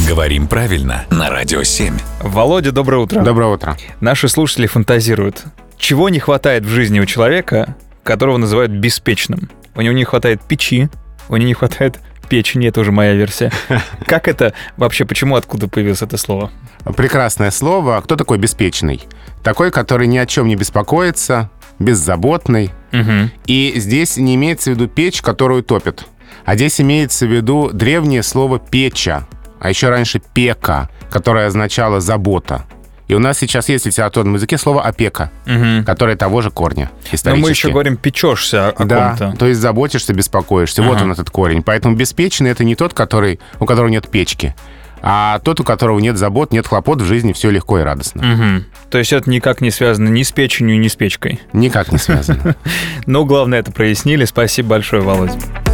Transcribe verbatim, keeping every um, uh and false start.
Говорим правильно на Радио семь. Володя, доброе утро. Доброе утро. Наши слушатели фантазируют. Чего не хватает в жизни у человека, которого называют беспечным? У него не хватает печи, у него не хватает печени, это уже моя версия. Как это вообще, почему, откуда появилось это слово? Прекрасное слово. Кто такой беспечный? Такой, который ни о чем не беспокоится, беззаботный. Угу. И здесь не имеется в виду печь, которую топят. А здесь имеется в виду древнее слово «печа», а еще раньше «пека», которое означало «забота». И у нас сейчас есть в литературном языке слово «опека», Угу. которое того же корня исторически. Но мы еще говорим «печешься» о Да, ком-то. то есть заботишься, беспокоишься. Ага. Вот он, этот корень. Поэтому беспечный — это не тот, который, у которого нет печки, а тот, у которого нет забот, нет хлопот в жизни, все легко и радостно. Угу. То есть это никак не связано ни с печенью, ни с печкой. Никак не связано. Но главное, это прояснили. Спасибо большое, Володя.